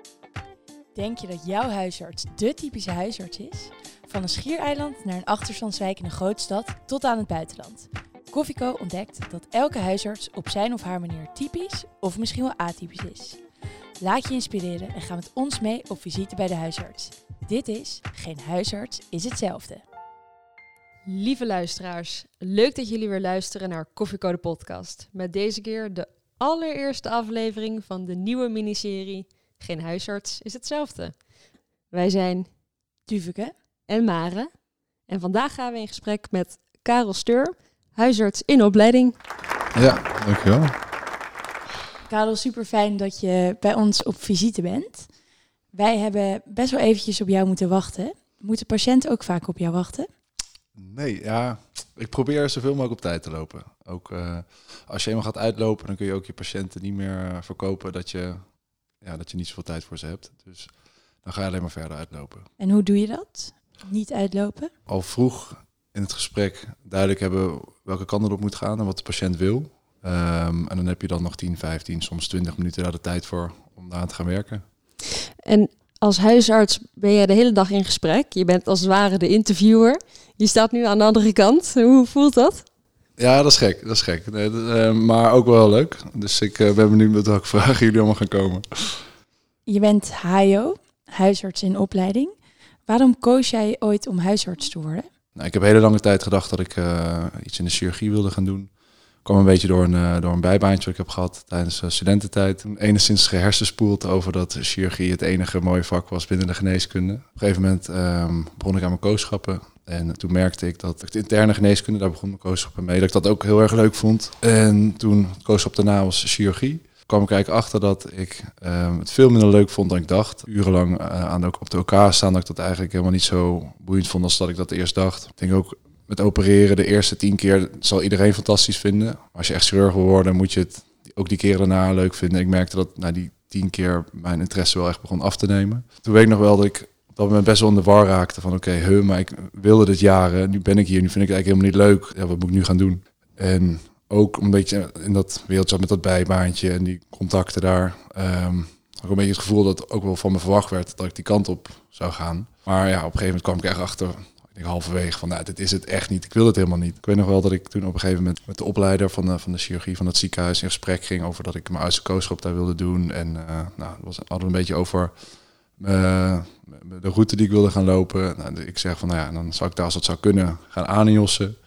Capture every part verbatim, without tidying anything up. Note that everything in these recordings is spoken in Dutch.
Denk je dat jouw huisarts dé typische huisarts is? Van een schiereiland naar een achterstandswijk in een grootstad tot aan het buitenland. Koffieko ontdekt dat elke huisarts op zijn of haar manier typisch of misschien wel atypisch is. Laat je inspireren en ga met ons mee op visite bij de huisarts. Dit is Geen huisarts is hetzelfde. Lieve luisteraars, leuk dat jullie weer luisteren naar Koffieko de podcast. Met deze keer de allereerste aflevering van de nieuwe miniserie Geen huisarts is hetzelfde. Wij zijn Duveke en Mare en vandaag gaan we in gesprek met Karel Steur, huisarts in opleiding. Ja, dankjewel. Karel, super fijn dat je bij ons op visite bent. Wij hebben best wel eventjes op jou moeten wachten. Moeten patiënten ook vaak op jou wachten? Nee, ja, ik probeer zoveel mogelijk op tijd te lopen. Ook uh, als je eenmaal gaat uitlopen, dan kun je ook je patiënten niet meer uh, verkopen dat je, ja, dat je niet zoveel tijd voor ze hebt. Dus dan ga je alleen maar verder uitlopen. En hoe doe je dat? Niet uitlopen? Al vroeg in het gesprek duidelijk hebben welke kant het op moet gaan en wat de patiënt wil. Um, en dan heb je dan nog tien, vijftien, soms twintig minuten daar de tijd voor om daar aan te gaan werken. En als huisarts ben je de hele dag in gesprek. Je bent als het ware de interviewer. Je staat nu aan de andere kant. Hoe voelt dat? Ja, dat is gek. Dat is gek. Nee, dat, uh, maar ook wel leuk. Dus ik uh, ben benieuwd met welke vragen jullie allemaal gaan komen. Je bent H I O, huisarts in opleiding. Waarom koos jij ooit om huisarts te worden? Nou, ik heb een hele lange tijd gedacht dat ik uh, iets in de chirurgie wilde gaan doen. Kwam een beetje door een, uh, door een bijbaantje wat ik heb gehad tijdens uh, studententijd. Toen enigszins gehersenspoeld over dat chirurgie het enige mooie vak was binnen de geneeskunde. Op een gegeven moment um, begon ik aan mijn kooschappen. En toen merkte ik dat ik de interne geneeskunde, daar begon mijn kooschappen mee, dat ik dat ook heel erg leuk vond. En toen het kooschap daarna was chirurgie, kwam ik eigenlijk achter dat ik um, het veel minder leuk vond dan ik dacht. Urenlang uh, aan de, op de O K staan, dat ik dat eigenlijk helemaal niet zo boeiend vond als dat ik dat eerst dacht. Ik denk ook met opereren, de eerste tien keer zal iedereen fantastisch vinden. Maar als je echt chirurg wil worden, moet je het ook die keren daarna leuk vinden. Ik merkte dat na die tien keer mijn interesse wel echt begon af te nemen. Toen weet ik nog wel dat ik op dat moment best wel in de war raakte van oké, okay, maar ik wilde dit jaren. Nu ben ik hier, nu vind ik het eigenlijk helemaal niet leuk. Ja, wat moet ik nu gaan doen? En ook een beetje in dat wereldje met dat bijbaantje en die contacten daar. Um, had ik een beetje het gevoel dat ook wel van me verwacht werd dat ik die kant op zou gaan. Maar ja, op een gegeven moment kwam ik echt achter. Ik denk halverwege van, nou, dit is het echt niet. Ik wil het helemaal niet. Ik weet nog wel dat ik toen op een gegeven moment met de opleider van de, van de chirurgie van het ziekenhuis in gesprek ging over dat ik mijn uitzendkooschap daar wilde doen. En uh, nou, was, hadden we een beetje over uh, de route die ik wilde gaan lopen. Nou, ik zeg van, nou ja, dan zou ik daar als het zou kunnen gaan aanjossen.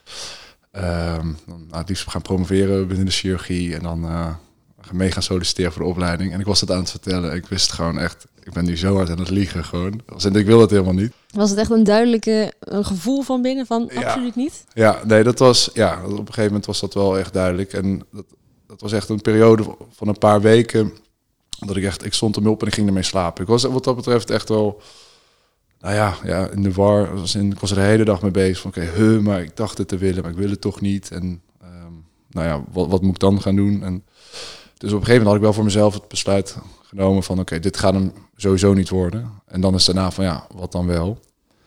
Um, dan nou, het liefst gaan promoveren binnen de chirurgie en dan uh, mee gaan solliciteren voor de opleiding. En ik was het aan het vertellen. Ik wist gewoon echt, ik ben nu zo hard aan het liegen gewoon. En ik wil het helemaal niet. Was het echt een duidelijke een gevoel van binnen van ja. Absoluut niet? Ja, nee, dat was, ja, op een gegeven moment was dat wel echt duidelijk. En dat, dat was echt een periode van een paar weken dat ik echt, ik stond ermee op en ik ging ermee slapen. Ik was wat dat betreft echt wel, nou ja, ja in de war. Was in, ik was er de hele dag mee bezig van oké, okay, huh, maar ik dacht het te willen, maar ik wil het toch niet. En um, nou ja, wat, wat moet ik dan gaan doen? En dus op een gegeven moment had ik wel voor mezelf het besluit genomen van oké, okay, dit gaat hem sowieso niet worden. En dan is daarna van ja, wat dan wel?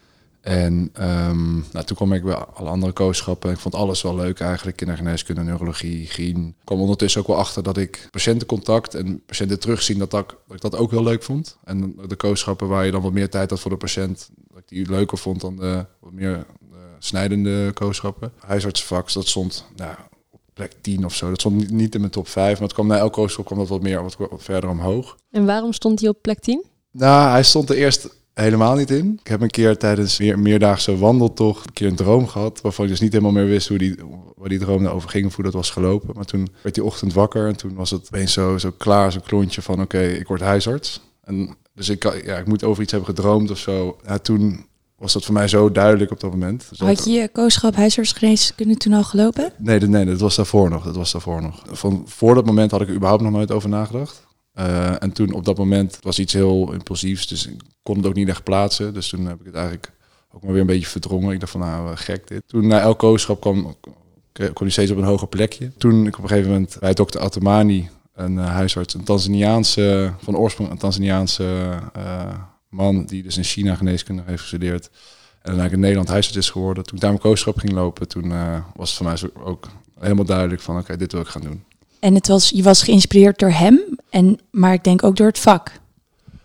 En um, nou, toen kwam ik bij alle andere kooschappen. Ik vond alles wel leuk eigenlijk. Kindergeneeskunde, neurologie, gyn. Ik kwam ondertussen ook wel achter dat ik patiëntencontact en patiënten terugzien, dat, dat, dat ik dat ook heel leuk vond. En de kooschappen waar je dan wat meer tijd had voor de patiënt, dat ik die leuker vond dan de wat meer de snijdende kooschappen. Huisartsenvak, dat stond nou, op plek tien of zo. Dat stond niet, niet in mijn top vijf, maar het kwam na elke kooschap kwam dat wat meer wat, wat verder omhoog. En waarom stond hij op plek tien? Nou, hij stond er eerst helemaal niet in. Ik heb een keer tijdens meer, meerdaagse wandeltocht een keer een droom gehad, waarvan ik dus niet helemaal meer wist hoe die, waar die droom over ging of hoe dat was gelopen. Maar toen werd die ochtend wakker en toen was het opeens zo, zo klaar, zo'n klontje van oké, okay, ik word huisarts. En dus ik, ja, ik moet over iets hebben gedroomd of zo. Ja, toen was dat voor mij zo duidelijk op dat moment. Dus Had je je kooschap huisartsgeneeskunde toen al gelopen? Nee, nee, dat was daarvoor nog. Dat was daarvoor nog. Van voor dat moment had ik er überhaupt nog nooit over nagedacht. Uh, en toen op dat moment was iets heel impulsiefs, dus ik kon het ook niet echt plaatsen. Dus toen heb ik het eigenlijk ook maar weer een beetje verdrongen. Ik dacht van nou, gek dit. Toen na elk kooschap kwam, kwam hij steeds op een hoger plekje. Toen ik op een gegeven moment bij dokter Atamani, een uh, huisarts, een Tanzaniaanse, van oorsprong een Tanzaniaanse uh, man die dus in China geneeskunde heeft gestudeerd. En dan eigenlijk in Nederland huisarts is geworden. Toen ik daar mijn kooschap ging lopen, toen uh, was het voor mij ook helemaal duidelijk van oké, okay, dit wil ik gaan doen. En het was, je was geïnspireerd door hem, en, maar ik denk ook door het vak.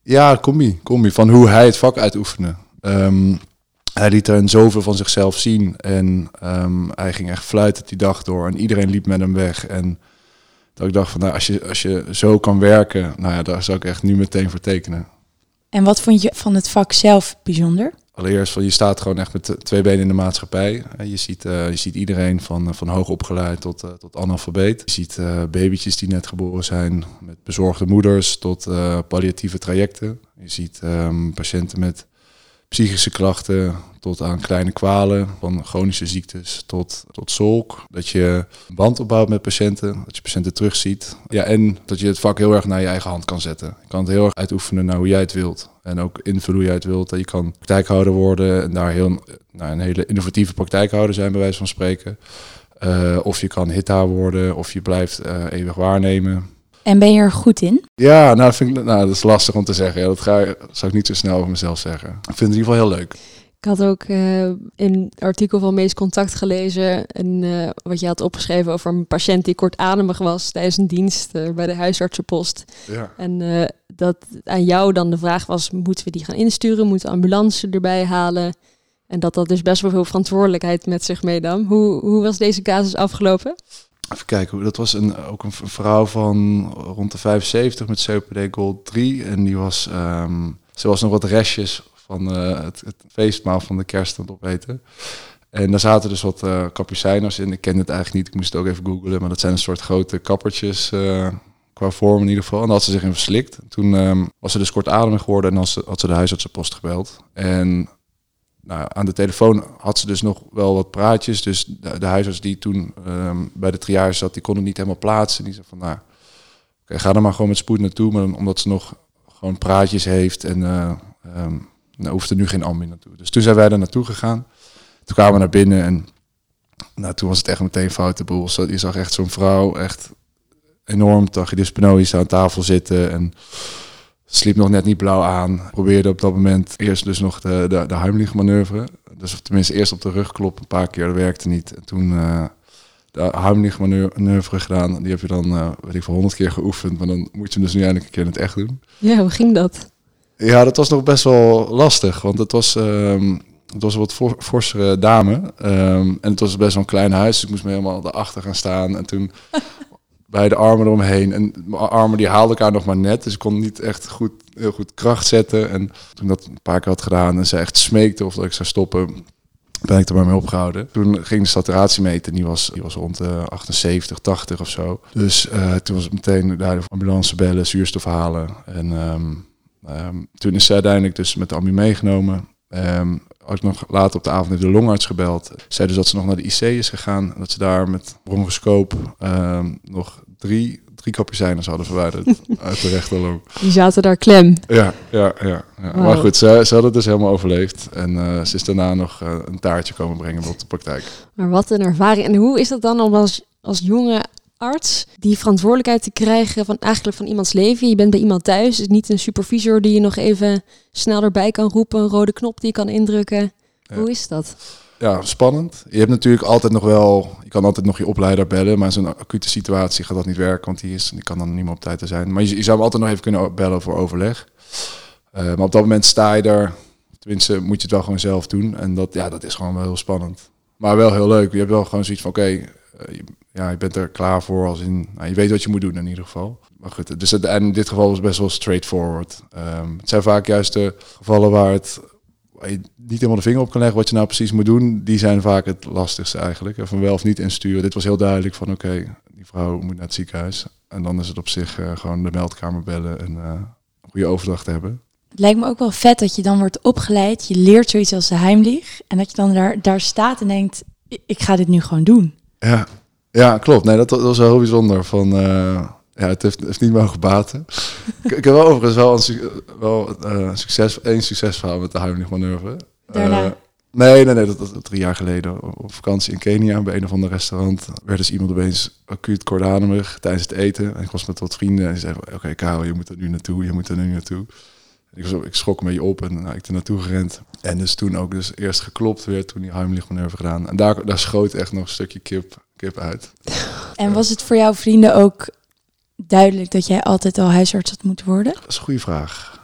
Ja, combi, combi van hoe hij het vak uitoefende. Um, hij liet er zoveel van zichzelf zien en um, hij ging echt fluiten die dag door en iedereen liep met hem weg. En dat ik dacht van, nou, als je, als je zo kan werken, nou ja, daar zou ik echt nu meteen voor tekenen. En wat vond je van het vak zelf bijzonder? Allereerst, van je staat gewoon echt met twee benen in de maatschappij. Je ziet, uh, je ziet iedereen van, van hoog opgeleid tot, uh, tot analfabeet. Je ziet uh, babytjes die net geboren zijn met bezorgde moeders tot uh, palliatieve trajecten. Je ziet um, patiënten met psychische klachten tot aan kleine kwalen, van chronische ziektes tot, tot zolk. Dat je een band opbouwt met patiënten, dat je patiënten terugziet. Ja, en dat je het vak heel erg naar je eigen hand kan zetten. Je kan het heel erg uitoefenen naar hoe jij het wilt. En ook invullen hoe jij het wilt. Dat je kan praktijkhouder worden en daar heel, nou, een hele innovatieve praktijkhouder zijn, bij wijze van spreken. Uh, of je kan hita worden, of je blijft uh, eeuwig waarnemen. En ben je er goed in? Ja, nou, vind ik, nou dat is lastig om te zeggen. Ja, dat ga, zou ik niet zo snel over mezelf zeggen. Ik vind het in ieder geval heel leuk. Ik had ook uh, een artikel van Medisch Contact gelezen. En, uh, wat je had opgeschreven over een patiënt die kortademig was tijdens een dienst uh, bij de huisartsenpost. Ja. En uh, dat aan jou dan de vraag was, moeten we die gaan insturen? Moeten we ambulance erbij halen? En dat dat dus best wel veel verantwoordelijkheid met zich meedam. Hoe, hoe was deze casus afgelopen? Even kijken, dat was een, ook een vrouw van rond de vijfenzeventig met C O P D Gold drie. En die was, um, ze was nog wat restjes van uh, het, het feestmaal van de kerst aan het opeten. En daar zaten dus wat uh, kapucijners in. Ik kende het eigenlijk niet, ik moest het ook even googlen. Maar dat zijn een soort grote kappertjes uh, qua vorm in ieder geval. En daar had ze zich in verslikt. Toen um, was ze dus kortademig geworden en had ze, had ze de huisartsenpost gebeld. En nou, aan de telefoon had ze dus nog wel wat praatjes. Dus de, de huisarts die toen um, bij de triage zat, die kon het niet helemaal plaatsen. Die zei van, nou, okay, ga er maar gewoon met spoed naartoe. Maar dan, omdat ze nog gewoon praatjes heeft en uh, um, nou, hoeft er nu geen ambu naartoe. Dus toen zijn wij er naartoe gegaan. Toen kwamen we naar binnen en nou, toen was het echt meteen foute boel. Je zag echt zo'n vrouw, echt enorm tachydyspnoïs aan tafel zitten en sliep nog net niet blauw aan. Probeerde op dat moment eerst dus nog de, de, de Heimlich-manoeuvre. Dus of tenminste eerst op de rug kloppen, een paar keer, dat werkte niet. En toen uh, de Heimlich-manoeuvre gedaan. Die heb je dan, uh, weet ik veel, honderd keer geoefend. Maar dan moet je hem dus nu eindelijk een keer in het echt doen. Ja, hoe ging dat? Ja, dat was nog best wel lastig. Want het was, um, het was een wat for, forsere dame. Um, en het was best wel een klein huis. Dus ik moest me helemaal erachter gaan staan. En toen bij de armen eromheen. En mijn armen die haalden elkaar nog maar net. Dus ik kon niet echt goed, heel goed kracht zetten. En toen dat een paar keer had gedaan en ze echt smeekte of dat ik zou stoppen, ben ik er maar mee opgehouden. Toen ging de saturatie meten. Die was, die was rond de achtenzeventig, tachtig of zo. Dus uh, toen was het meteen de ambulance bellen, zuurstof halen. En um, um, toen is ze uiteindelijk dus met de ambu meegenomen. Um, had ik nog later op de avond heeft de longarts gebeld. Zei dus dat ze nog naar de I C is gegaan. Dat ze daar met bronchoscoop um, nog drie, drie kapucijners hadden verwijderd uit de rechterlong. Die zaten daar klem. Ja, ja, ja. ja. Wow. Maar goed, ze, ze hadden het dus helemaal overleefd. En uh, ze is daarna nog uh, een taartje komen brengen op de praktijk. Maar wat een ervaring. En hoe is dat dan om als, als jonge arts die verantwoordelijkheid te krijgen van eigenlijk van iemands leven? Je bent bij iemand thuis, het is niet een supervisor die je nog even snel erbij kan roepen, een rode knop die je kan indrukken. Ja. Hoe is dat? Ja, spannend. Je hebt natuurlijk altijd nog wel, je kan altijd nog je opleider bellen, maar in zo'n acute situatie gaat dat niet werken, want die, is, die kan dan niet meer op tijd te zijn. Maar je, je zou hem altijd nog even kunnen bellen voor overleg. Uh, maar op dat moment sta je er, tenminste moet je het wel gewoon zelf doen. En dat, ja, dat is gewoon wel heel spannend. Maar wel heel leuk. Je hebt wel gewoon zoiets van, oké, okay, uh, ja, je bent er klaar voor, als in, nou, je weet wat je moet doen in ieder geval. Maar goed, dus het, en in dit geval was het best wel straightforward. Um, het zijn vaak juist de gevallen waar het waar je niet helemaal de vinger op kan leggen wat je nou precies moet doen. Die zijn vaak het lastigste eigenlijk. Van wel of niet insturen. Dit was heel duidelijk van oké, okay, die vrouw moet naar het ziekenhuis. En dan is het op zich uh, gewoon de meldkamer bellen en uh, een goede overdracht hebben. Het lijkt me ook wel vet dat je dan wordt opgeleid. Je leert zoiets als de Heimlich. En dat je dan daar, daar staat en denkt, ik ga dit nu gewoon doen. Ja, ja klopt. Nee, dat, dat was wel heel bijzonder. Van, uh, ja, het heeft, heeft niet mogen baten. ik, ik heb wel overigens wel een, wel, uh, succes, één succesverhaal met de Heimlich-manoeuvre. Daarna? Uh, nee, nee, nee. Dat was drie jaar geleden op vakantie in Kenia bij een of ander restaurant. Werd dus iemand opeens acuut kortademig tijdens het eten. En ik was met wat vrienden en die zeiden, oké okay, Karel, je moet er nu naartoe, je moet er nu naartoe. Ik, was, ik schrok een beetje op en nou, ik er naartoe gerend. En dus toen ook dus eerst geklopt weer, toen die Heimlich-manoeuvre gedaan. En daar, daar schoot echt nog een stukje kip, kip uit. En was het voor jouw vrienden ook duidelijk dat jij altijd al huisarts had moeten worden? Dat is een goede vraag.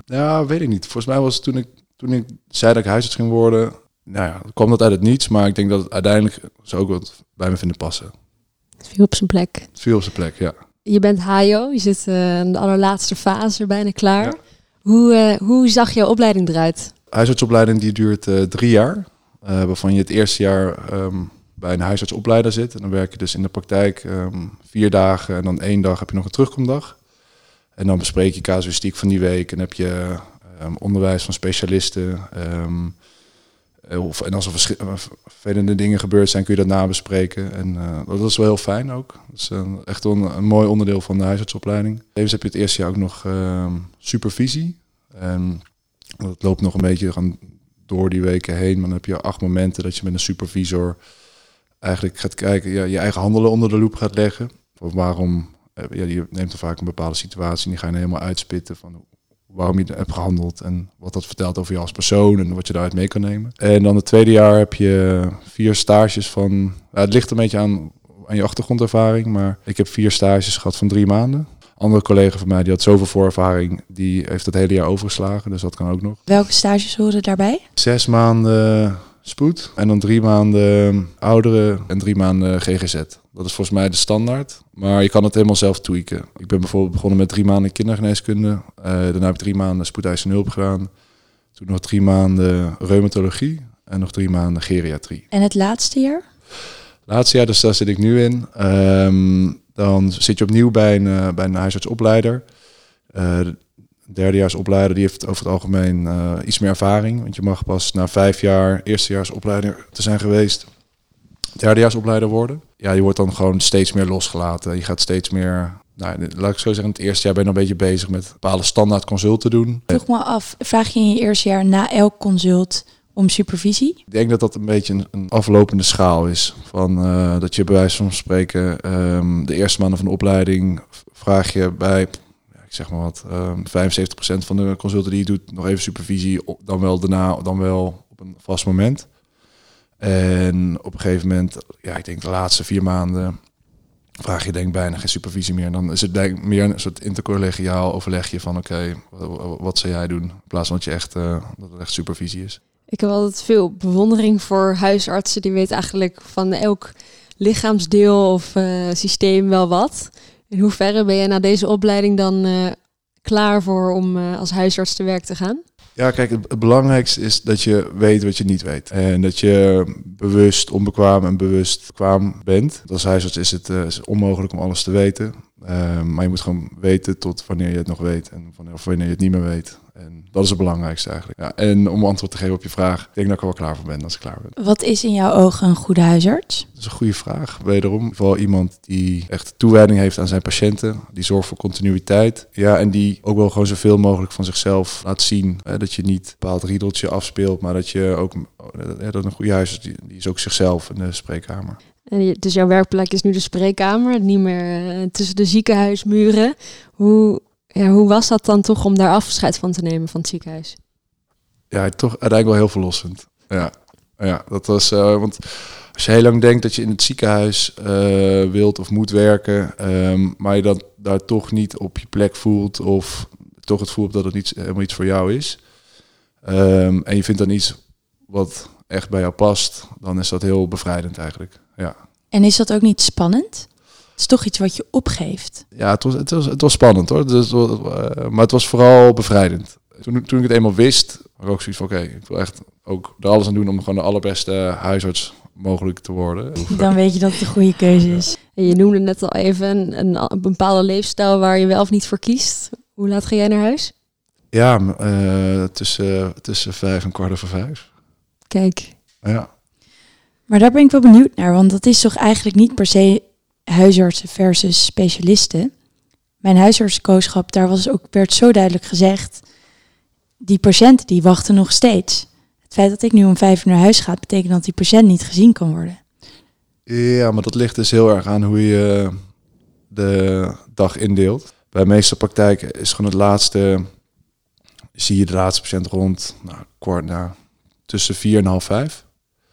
Ja, weet ik niet. Volgens mij was het toen ik, toen ik zei dat ik huisarts ging worden... Nou ja, kwam dat uit het niets. Maar ik denk dat het uiteindelijk ze ook wat bij me vinden passen. Het viel op zijn plek. Het viel op zijn plek, ja. Je bent H I O, je zit uh, in de allerlaatste fase, bijna klaar. Ja. Hoe, uh, hoe zag jouw opleiding eruit? Huisartsopleiding die duurt uh, drie jaar. Uh, waarvan je het eerste jaar um, bij een huisartsopleider zit. En dan werk je dus in de praktijk um, vier dagen. En dan één dag heb je nog een terugkomdag. En dan bespreek je casuïstiek van die week. En heb je um, onderwijs van specialisten. Um, of, en als er vers- vervelende dingen gebeurd zijn, kun je dat nabespreken. En uh, dat is wel heel fijn ook. Dat is een, echt een, een mooi onderdeel van de huisartsopleiding. Tevens heb je het eerste jaar ook nog um, supervisie. En dat loopt nog een beetje gaan door die weken heen. Maar dan heb je acht momenten dat je met een supervisor eigenlijk gaat kijken, ja, je eigen handelen onder de loep gaat leggen. Of waarom, ja, je neemt er vaak een bepaalde situatie en die ga je helemaal uitspitten van waarom je hebt gehandeld en wat dat vertelt over je als persoon en wat je daaruit mee kan nemen. En dan het tweede jaar heb je vier stages van, ja, het ligt een beetje aan, aan je achtergrondervaring, maar ik heb vier stages gehad van drie maanden. Andere collega van mij die had zoveel voorervaring, die heeft het hele jaar overgeslagen, dus dat kan ook nog. Welke stages horen daarbij? Zes maanden spoed en dan drie maanden ouderen en drie maanden G G Z. Dat is volgens mij de standaard, maar je kan het helemaal zelf tweaken. Ik ben bijvoorbeeld begonnen met drie maanden kindergeneeskunde, uh, daarna heb ik drie maanden spoedeisende hulp gedaan, toen nog drie maanden reumatologie en nog drie maanden geriatrie. En het laatste jaar? Laatste jaar, dus daar zit ik nu in. Um, dan zit je opnieuw bij een, uh, bij een huisartsopleider. Uh, de derdejaarsopleider die heeft over het algemeen uh, iets meer ervaring. Want je mag pas na vijf jaar eerstejaarsopleider te zijn geweest derdejaarsopleider worden. Ja, je wordt dan gewoon steeds meer losgelaten. Je gaat steeds meer, nou, laat ik zo zeggen, het eerste jaar ben je nog een beetje bezig met bepaalde standaard consulten doen. Vroeg me af, vraag je in je eerste jaar na elk consult om supervisie? Ik denk dat dat een beetje een, een aflopende schaal is. Van, uh, dat je bij wijze van spreken um, de eerste maanden van de opleiding vraag je bij, ja, ik zeg maar wat, um, vijfenzeventig procent van de consulten die je doet nog even supervisie, dan wel daarna, dan wel op een vast moment. En op een gegeven moment, ja, ik denk de laatste vier maanden vraag je denk bijna geen supervisie meer. En dan is het denk meer een soort intercollegiaal overlegje van oké, okay, wat zou jij doen? In plaats van dat je echt, uh, dat het echt supervisie is. Ik heb altijd veel bewondering voor huisartsen. Die weten eigenlijk van elk lichaamsdeel of uh, systeem wel wat. In hoeverre ben je na deze opleiding dan uh, klaar voor om uh, als huisarts te werk te gaan? Ja, kijk, het, het belangrijkste is dat je weet wat je niet weet. En dat je bewust onbekwaam en bewust kwaam bent. Als huisarts is het uh, is onmogelijk om alles te weten. Uh, maar je moet gewoon weten tot wanneer je het nog weet en wanneer, of wanneer je het niet meer weet. En dat is het belangrijkste eigenlijk. Ja, en om antwoord te geven op je vraag, ik denk dat ik er wel klaar voor ben als ik klaar ben. Wat is in jouw ogen een goede huisarts? Dat is een goede vraag. Wederom, vooral iemand die echt toewijding heeft aan zijn patiënten. Die zorgt voor continuïteit. Ja, en die ook wel gewoon zoveel mogelijk van zichzelf laat zien. Hè, dat je niet een bepaald riedeltje afspeelt, maar dat je ook, ja, dat een goede huisarts, die, die is ook zichzelf in de spreekkamer. En je, dus jouw werkplek is nu de spreekkamer, niet meer uh, tussen de ziekenhuismuren. Hoe... Ja, hoe was dat dan toch om daar afscheid van te nemen van het ziekenhuis? Ja, toch uiteindelijk wel heel verlossend. Ja, ja dat was, uh, want als je heel lang denkt dat je in het ziekenhuis uh, wilt of moet werken, um, maar je dan daar toch niet op je plek voelt of toch het voelt dat het niet helemaal iets voor jou is. Um, en je vindt dan iets wat echt bij jou past, dan is dat heel bevrijdend eigenlijk. Ja. En is dat ook niet spannend? Het is toch iets wat je opgeeft. Ja, het was, het was, het was spannend hoor. Dus, uh, maar het was vooral bevrijdend. Toen, toen ik het eenmaal wist, had ik ook zoiets van oké, okay, ik wil echt ook er alles aan doen om gewoon de allerbeste huisarts mogelijk te worden. Dan weet je dat het de goede keuze is. Ja. Je noemde net al even een, een, een bepaalde leefstijl waar je wel of niet voor kiest. Hoe laat ga jij naar huis? Ja, uh, tussen, tussen vijf en kwart over vijf. Kijk. Ja. Maar daar ben ik wel benieuwd naar, want dat is toch eigenlijk niet per se huisartsen versus specialisten. Mijn huisartsenkoosschap, daar was ook, werd zo duidelijk gezegd, die patiënten die wachten nog steeds. Het feit dat ik nu om vijf uur naar huis ga, betekent dat die patiënt niet gezien kan worden. Ja, maar dat ligt dus heel erg aan hoe je de dag indeelt. Bij de meeste praktijken is gewoon het laatste, zie je de laatste patiënt rond nou, kwart, nou, tussen vier en half vijf.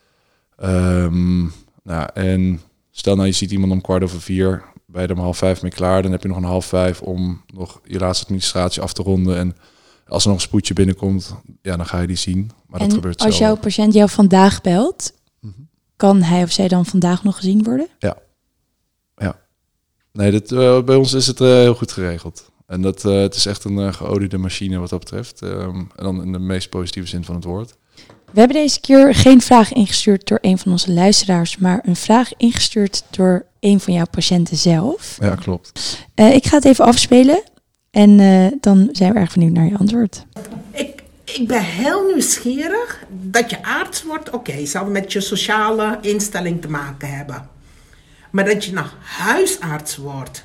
Um, nou, en stel nou je ziet iemand om kwart over vier, ben je er om half vijf mee klaar. Dan heb je nog een half vijf om nog je laatste administratie af te ronden en Als er nog een spoedje binnenkomt, ja, dan ga je die zien. Maar en dat gebeurt als zelden. jouw patiënt jou vandaag belt, Mm-hmm. kan hij of zij dan vandaag nog gezien worden? Ja. Ja. Nee, dit, uh, bij ons is het uh, heel goed geregeld. En dat, uh, het is echt een uh, geoliede machine wat dat betreft. Um, en dan in de meest positieve zin van het woord. We hebben deze keer geen vraag ingestuurd door een van onze luisteraars, maar een vraag ingestuurd door een van jouw patiënten zelf. Ja, klopt. Uh, ik ga het even afspelen en uh, dan zijn we erg benieuwd naar je antwoord. Ik, ik ben heel nieuwsgierig dat je arts wordt. Oké, okay, zal met je sociale instelling te maken hebben. Maar dat je nou huisarts wordt,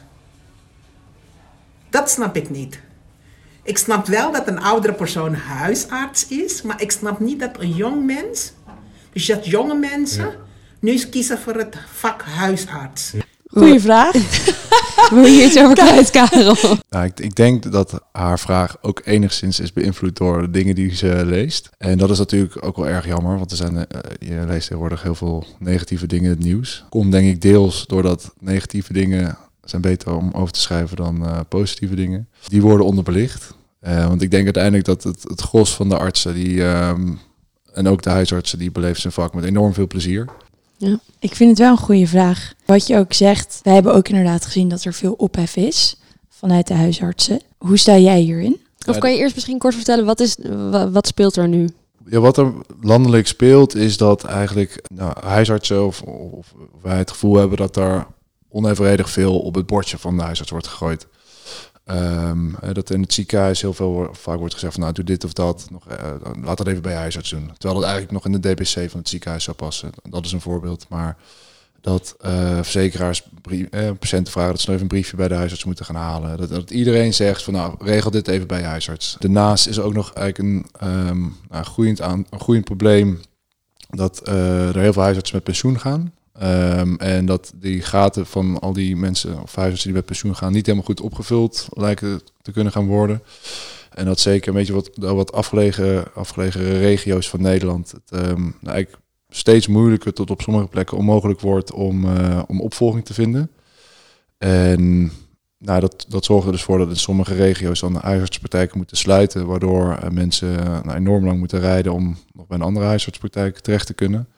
dat snap ik niet. Ik snap wel dat een oudere persoon huisarts is, maar ik snap niet dat een jong mens, dus dat jonge mensen, ja. nu kiezen voor het vak huisarts. Ja. Goeie vraag. Wil je iets over kwijt, Karel? Nou, ik, ik denk dat haar vraag ook enigszins is beïnvloed door de dingen die ze leest. En dat is natuurlijk ook wel erg jammer, want er zijn, uh, je leest tegenwoordig heel veel negatieve dingen in het nieuws. Komt denk ik deels doordat negatieve dingen zijn beter om over te schrijven dan uh, positieve dingen. Die worden onderbelicht. Uh, want ik denk uiteindelijk dat het, het gros van de artsen die, um, en ook de huisartsen, die beleven zijn vak met enorm veel plezier. Ja, ik vind het wel een goede vraag. Wat je ook zegt, wij hebben ook inderdaad gezien dat er veel ophef is vanuit de huisartsen. Hoe sta jij hierin? Of kan je eerst misschien kort vertellen, wat, is, wat speelt er nu? Ja, wat er landelijk speelt is dat eigenlijk nou, huisartsen of, of wij het gevoel hebben dat er onevenredig veel op het bordje van de huisarts wordt gegooid. Um, dat in het ziekenhuis heel veel vaak wordt gezegd van nou doe dit of dat, nog, uh, laat dat even bij je huisarts doen. Terwijl dat eigenlijk nog in de D B C van het ziekenhuis zou passen. Dat is een voorbeeld. Maar dat uh, verzekeraars brief, eh, patiënten vragen dat ze nog even een briefje bij de huisarts moeten gaan halen. Dat, dat iedereen zegt van nou regel dit even bij je huisarts. Daarnaast is er ook nog eigenlijk een, um, nou, groeiend aan, een groeiend probleem dat uh, er heel veel huisartsen met pensioen gaan. Um, en dat die gaten van al die mensen of huisartsen die met pensioen gaan niet helemaal goed opgevuld lijken te kunnen gaan worden. En dat zeker een beetje wat, wat afgelegen, afgelegen regio's van Nederland het um, nou, eigenlijk steeds moeilijker tot op sommige plekken onmogelijk wordt om, uh, om opvolging te vinden. En nou, dat, dat zorgt er dus voor dat in sommige regio's dan huisartspraktijken moeten sluiten, waardoor uh, mensen uh, nou, enorm lang moeten rijden om nog bij een andere huisartspraktijk terecht te kunnen.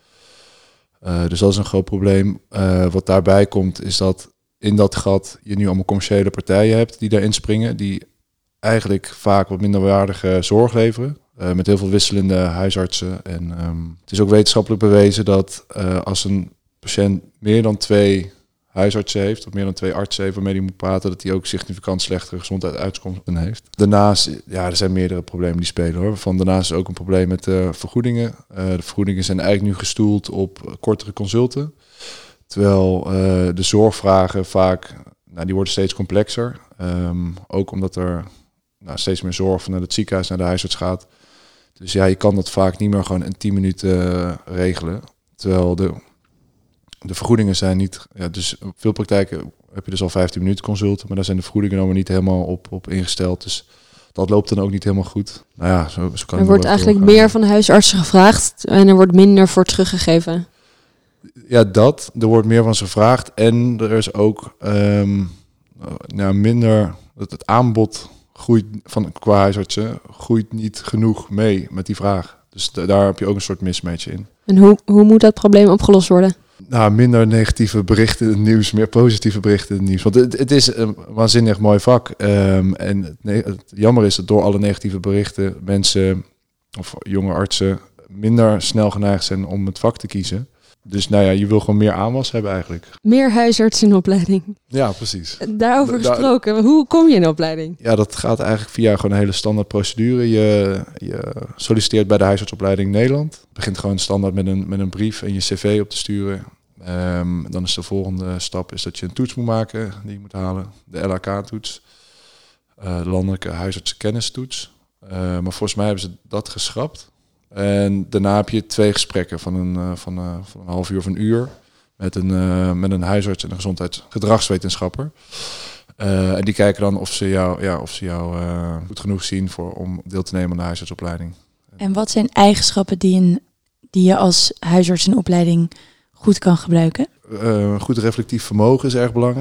Uh, dus dat is een groot probleem. Uh, wat daarbij komt is dat in dat gat je nu allemaal commerciële partijen hebt die daarin springen, die eigenlijk vaak wat minderwaardige zorg leveren, uh, met heel veel wisselende huisartsen. En um, het is ook wetenschappelijk bewezen dat uh, als een patiënt meer dan twee huisartsen heeft, of meer dan twee artsen heeft waarmee hij moet praten, dat hij ook significant slechtere gezondheidsuitkomsten heeft. Daarnaast, ja, er zijn meerdere problemen die spelen hoor. Van daarnaast is ook een probleem met de vergoedingen. Uh, de vergoedingen zijn eigenlijk nu gestoeld op kortere consulten. Terwijl uh, de zorgvragen vaak, nou, die worden steeds complexer. Um, ook omdat er nou, steeds meer zorg vanuit het ziekenhuis naar de huisarts gaat. Dus ja, je kan dat vaak niet meer gewoon in tien minuten uh, regelen. Terwijl de De vergoedingen zijn niet, ja, dus op veel praktijken heb je dus al vijftien minuten consulten, maar daar zijn de vergoedingen dan weer niet helemaal op, op ingesteld. Dus dat loopt dan ook niet helemaal goed. Nou ja, zo, zo kan er wordt eigenlijk doorgaan. meer van de huisartsen gevraagd en er wordt minder voor teruggegeven. Ja, dat. Er wordt meer van ze gevraagd en er is ook um, nou, minder, het, het aanbod groeit van qua huisartsen groeit niet genoeg mee met die vraag. Dus d- daar heb je ook een soort mismatch in. En hoe, hoe moet dat probleem opgelost worden? Nou, minder negatieve berichten in het nieuws, meer positieve berichten in het nieuws. Want het, het is een waanzinnig mooi vak. Um, en het, nee, het jammer is dat door alle negatieve berichten mensen of jonge artsen minder snel geneigd zijn om het vak te kiezen. Dus nou ja, je wil gewoon meer aanwas hebben eigenlijk. Meer huisartsen in opleiding. Ja, precies. Daarover Da- gesproken, hoe kom je in opleiding? Ja, dat gaat eigenlijk via gewoon een hele standaard procedure. Je, je solliciteert bij de huisartsopleiding Nederland. Je begint gewoon standaard met een, met een brief en je cv op te sturen. Um, dan is de volgende stap is dat je een toets moet maken die je moet halen. De L H K-toets. Uh, de Landelijke Huisartsenkennistoets. Uh, maar volgens mij hebben ze dat geschrapt. En daarna heb je twee gesprekken van een, uh, van, uh, van een half uur of een uur. Met een, uh, met een huisarts en een gezondheidsgedragswetenschapper. Uh, en die kijken dan of ze jou, ja, of ze jou uh, goed genoeg zien voor, om deel te nemen aan de huisartsopleiding. En wat zijn eigenschappen die, een, die je als huisarts in opleiding goed kan gebruiken? Uh, goed reflectief vermogen is erg belangrijk.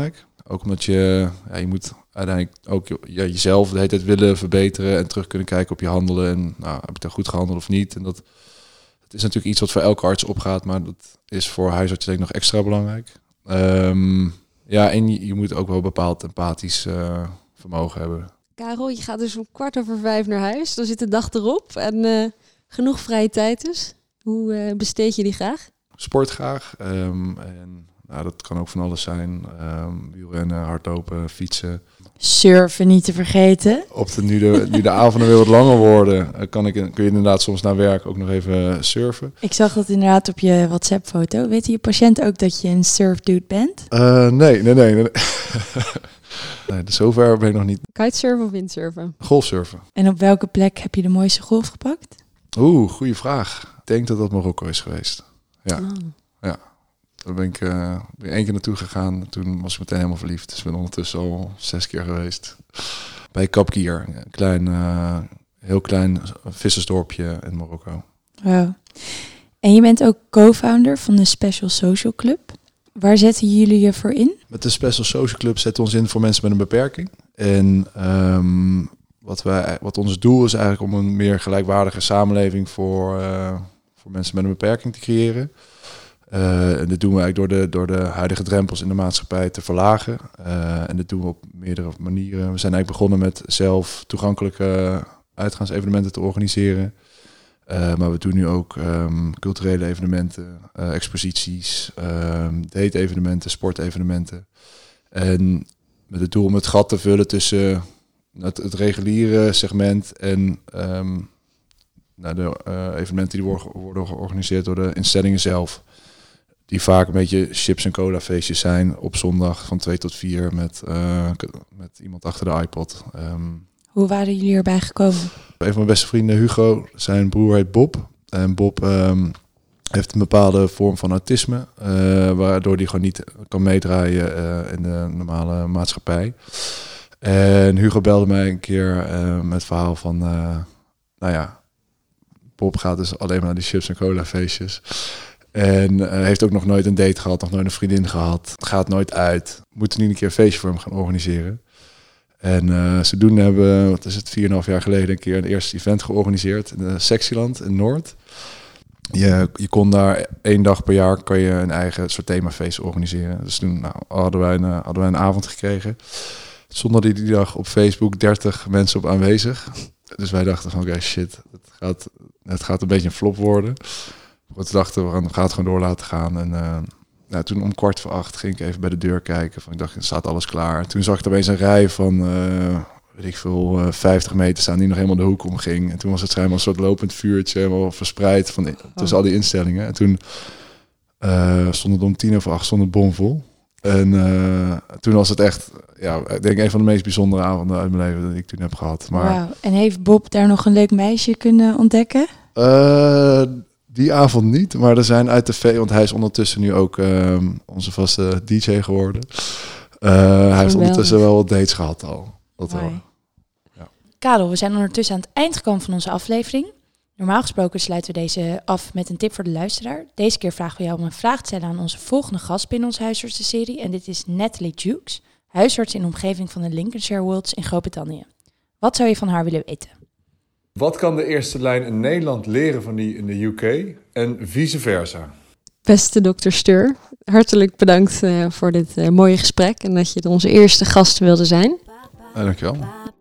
Ook omdat je, ja, je moet uiteindelijk ook ja, jezelf de hele tijd willen verbeteren en terug kunnen kijken op je handelen. En nou, heb ik daar goed gehandeld of niet? En dat, dat is natuurlijk iets wat voor elke arts opgaat, maar dat is voor huisartsen denk ik nog extra belangrijk. Um, ja, en je, je moet ook wel bepaald empathisch uh, vermogen hebben. Karel, je gaat dus om kwart over vijf naar huis. Dan zit de dag erop en uh, genoeg vrije tijd dus. Hoe uh, besteed je die graag? Sport graag. Um, en nou, dat kan ook van alles zijn. Um, wielrennen, hardlopen, fietsen. Surfen niet te vergeten. Op de, nu, de, nu de avonden weer wat langer worden, kan ik, kun je inderdaad soms na werk ook nog even surfen. Ik zag dat inderdaad op je WhatsApp-foto. Weet je patiënt ook dat je een surfdude bent? Uh, nee, nee, nee. nee. nee, zover ben ik nog niet. Kitesurfen of windsurfen? Golfsurfen. En op welke plek heb je de mooiste golf gepakt? Oeh, goede vraag. Ik denk dat dat Marokko is geweest. Ja, Oh. ja. Daar ben ik, uh, ben ik één keer naartoe gegaan. Toen was ik meteen helemaal verliefd. Dus ik ben ondertussen al zes keer geweest. Bij Kapkier, een klein, uh, heel klein vissersdorpje in Marokko. Wow. En je bent ook co-founder van de Special Social Club. Waar zetten jullie je voor in? Met de Special Social Club zetten we ons in voor mensen met een beperking. En um, wat, wij, wat ons doel is eigenlijk om een meer gelijkwaardige samenleving voor, uh, voor mensen met een beperking te creëren. Uh, en dat doen we eigenlijk door de, door de huidige drempels in de maatschappij te verlagen. Uh, en dat doen we op meerdere manieren. We zijn eigenlijk begonnen met zelf toegankelijke uitgaansevenementen te organiseren. Uh, maar we doen nu ook um, culturele evenementen, uh, exposities, um, date-evenementen, sportevenementen. En met het doel om het gat te vullen tussen het, het reguliere segment en um, nou, de uh, evenementen die worden, worden georganiseerd door de instellingen zelf. Die vaak een beetje chips en cola feestjes zijn op zondag van twee tot vier met, uh, met iemand achter de iPod. Um, Hoe waren jullie erbij gekomen? Een van mijn beste vrienden, Hugo, zijn broer heet Bob. En Bob um, heeft een bepaalde vorm van autisme, uh, waardoor hij gewoon niet kan meedraaien uh, in de normale maatschappij. En Hugo belde mij een keer uh, met het verhaal van, uh, nou ja, Bob gaat dus alleen maar naar die chips en cola feestjes. En uh, heeft ook nog nooit een date gehad, nog nooit een vriendin gehad. Gaat nooit uit. Moeten niet een keer een feestje voor hem gaan organiseren. En uh, zodoende hebben, wat is het, vier en een half jaar geleden een keer een eerste event georganiseerd in de Sexyland in Noord. Je, je kon daar één dag per jaar kan je een eigen soort themafeest organiseren. Dus toen nou, hadden, wij een, hadden wij een avond gekregen. Zonder die, die dag op Facebook dertig mensen op aanwezig. Dus wij dachten van oké, okay, shit, het gaat, het gaat een beetje een flop worden. We dachten, we gaan het gewoon door laten gaan. En uh, nou, toen om kwart voor acht ging ik even bij de deur kijken. Van, ik dacht, staat alles klaar. Toen zag ik er opeens een rij van, uh, weet ik veel, uh, vijftig meter staan die nog helemaal de hoek omging. En toen was het schijnbaar een soort lopend vuurtje, helemaal verspreid van, tussen al die instellingen. En toen uh, stond het om tien over acht, stond het bomvol. En uh, toen was het echt, ja, ik denk een van de meest bijzondere avonden uit mijn leven dat ik toen heb gehad. Maar, wow. En heeft Bob daar nog een leuk meisje kunnen ontdekken? Uh, Die avond niet, maar er zijn uit de V, want hij is ondertussen nu ook uh, onze vaste D J geworden. Uh, hij heeft ondertussen wel wat dates gehad al. Dat wel. Ja. Karel, we zijn ondertussen aan het eind gekomen van onze aflevering. Normaal gesproken sluiten we deze af met een tip voor de luisteraar. Deze keer vragen we jou om een vraag te stellen aan onze volgende gast binnen onze huisartsenserie. En dit is Natalie Jukes, huisarts in de omgeving van de Lincolnshire Wolds in Groot-Brittannië. Wat zou je van haar willen weten? Wat kan de eerste lijn in Nederland leren van die in de U K en vice versa? Beste dokter Steur, hartelijk bedankt uh, voor dit uh, mooie gesprek en dat je onze eerste gast wilde zijn. Ja, dankjewel.